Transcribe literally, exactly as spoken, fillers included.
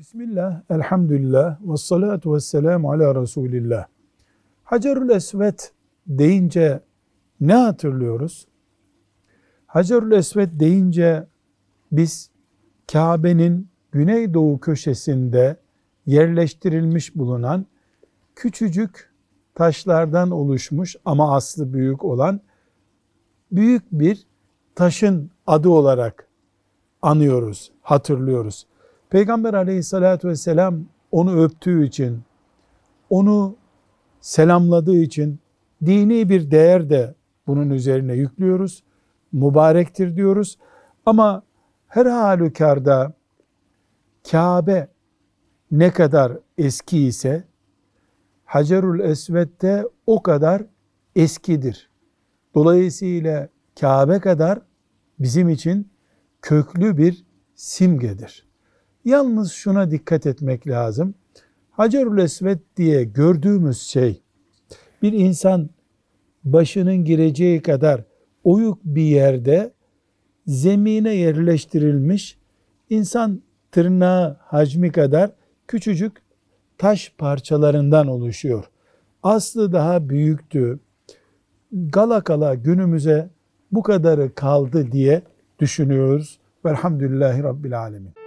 Bismillah, elhamdülillah, ve salatu ve selamu ala Resulillah. Hacerül Esved deyince ne hatırlıyoruz? Hacerül Esved deyince biz Kabe'nin güneydoğu köşesinde yerleştirilmiş bulunan küçücük taşlardan oluşmuş ama aslı büyük olan büyük bir taşın adı olarak anıyoruz, hatırlıyoruz. Peygamber aleyhissalatü vesselam onu öptüğü için, onu selamladığı için dini bir değer de bunun üzerine yüklüyoruz. Mübarektir diyoruz. Ama her halükarda Kabe ne kadar eski ise Hacerül Esved de o kadar eskidir. Dolayısıyla Kabe kadar bizim için köklü bir simgedir. Yalnız şuna dikkat etmek lazım. Hacerül Esved diye gördüğümüz şey, bir insan başının gireceği kadar oyuk bir yerde zemine yerleştirilmiş, insan tırnağı hacmi kadar küçücük taş parçalarından oluşuyor. Aslı daha büyüktü. Gala gala günümüze bu kadarı kaldı diye düşünüyoruz. Velhamdülillahi Rabbil Alemin.